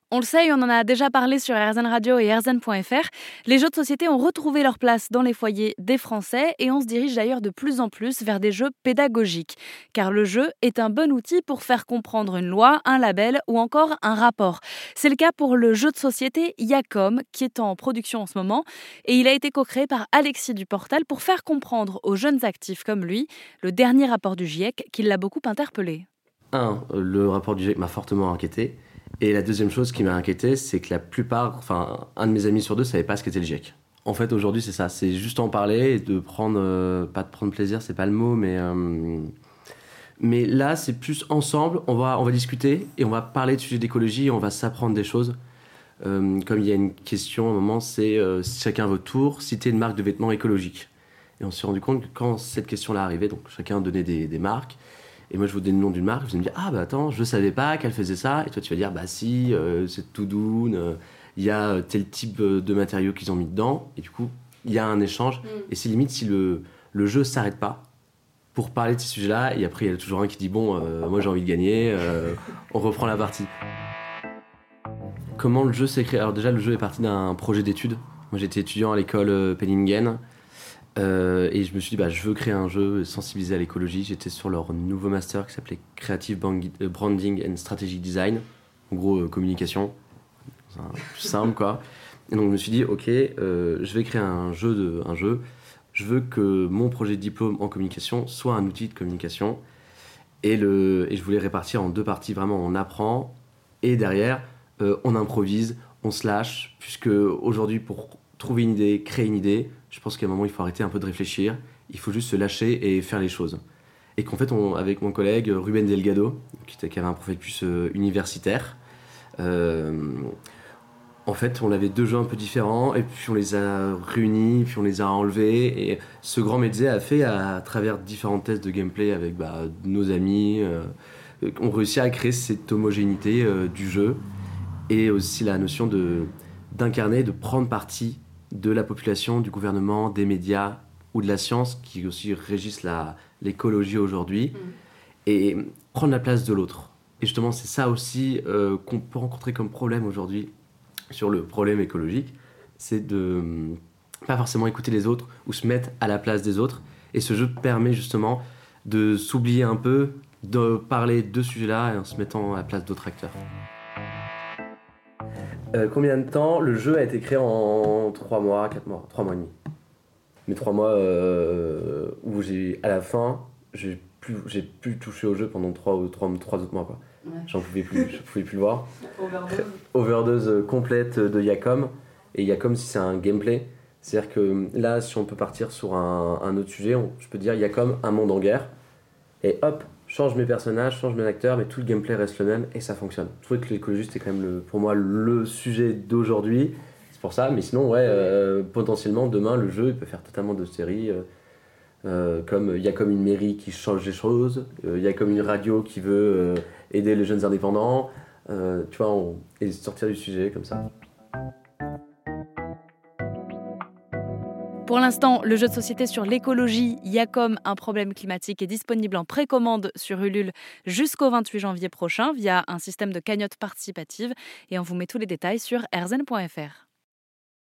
On le sait, on en a déjà parlé sur RZN Radio et RZN.fr. Les jeux de société ont retrouvé leur place dans les foyers des Français et on se dirige d'ailleurs de plus en plus vers des jeux pédagogiques. Car le jeu est un bon outil pour faire comprendre une loi, un label ou encore un rapport. C'est le cas pour le jeu de société Yacom qui est en production en ce moment et il a été co-créé par Alexis Duportal pour faire comprendre aux jeunes actifs comme lui le dernier rapport du GIEC qui l'a beaucoup interpellé. Le rapport du GIEC m'a fortement inquiété. Et la deuxième chose qui m'a inquiété, c'est que un de mes amis sur deux ne savait pas ce qu'était le GIEC. En fait, aujourd'hui, c'est ça. C'est juste en parler et de prendre, pas de prendre plaisir, c'est pas le mot, mais là, c'est plus ensemble. On va discuter et on va parler de sujets d'écologie et on va s'apprendre des choses. Comme il y a une question à un moment, c'est chacun à votre tour, citer une marque de vêtements écologiques. Et on s'est rendu compte que quand cette question-là arrivait, donc chacun donnait des marques. Et moi, je vous donne le nom d'une marque, vous allez me dire « Ah, bah attends, je savais pas qu'elle faisait ça. » Et toi, tu vas dire « Bah si, c'est Toudoun, il y a tel type de matériaux qu'ils ont mis dedans. » Et du coup, il y a un échange. Et c'est limite si le jeu s'arrête pas pour parler de ces sujets-là. Et après, il y a toujours un qui dit « Bon, moi, j'ai envie de gagner. On reprend la partie. » Comment le jeu s'est créé ? Alors déjà, le jeu est parti d'un projet d'études. Moi, j'étais étudiant à l'école Penningen. Et je me suis dit, je veux créer un jeu sensibilisé à l'écologie. J'étais sur leur nouveau master qui s'appelait Creative Branding and Strategic Design. En gros, communication. C'est plus simple, quoi. Et donc, je me suis dit, ok, je vais créer un jeu. Je veux que mon projet de diplôme en communication soit un outil de communication. Et je voulais répartir en deux parties. Vraiment, on apprend. Et derrière, on improvise, on se lâche. Puisque aujourd'hui, pour trouver une idée, créer une idée, je pense qu'à un moment, il faut arrêter un peu de réfléchir. Il faut juste se lâcher et faire les choses. Et qu'en fait, avec mon collègue Ruben Delgado, qui avait un profil plus universitaire, en fait, on avait deux jeux un peu différents, et puis on les a réunis, puis on les a enlevés. Et ce grand média a fait, à travers différents tests de gameplay avec nos amis, on réussit à créer cette homogénéité du jeu, et aussi la notion d'incarner, de prendre parti de la population, du gouvernement, des médias ou de la science qui aussi régissent l'écologie aujourd'hui, et prendre la place de l'autre. Et justement, c'est ça aussi qu'on peut rencontrer comme problème aujourd'hui sur le problème écologique, c'est de pas forcément écouter les autres ou se mettre à la place des autres. Et ce jeu permet justement de s'oublier un peu, de parler de ce sujet-là et en se mettant à la place d'autres acteurs. Combien de temps ? Le jeu a été créé en 3 mois, 4 mois, 3 mois et demi. Mais 3 mois où à la fin, j'ai plus touché au jeu pendant 3 autres mois, quoi. Ouais. Je pouvais plus le voir. Overdose complète de Yacom. Et Yacom, si c'est un gameplay, c'est-à-dire que là, si on peut partir sur un autre sujet, je peux dire Yacom, un monde en guerre. Et hop, change mes personnages, change mes acteurs, mais tout le gameplay reste le même et ça fonctionne. Je trouvais que l'écologie, c'était quand même pour moi le sujet d'aujourd'hui. C'est pour ça, mais sinon, potentiellement, demain, le jeu, il peut faire totalement d'autres séries. Comme il y a comme une mairie qui change les choses, il y a comme une radio qui veut aider les jeunes indépendants, tu vois, et sortir du sujet comme ça. Pour l'instant, le jeu de société sur l'écologie Yacom, un problème climatique est disponible en précommande sur Ulule jusqu'au 28 janvier prochain via un système de cagnotte participative et on vous met tous les détails sur rzn.fr.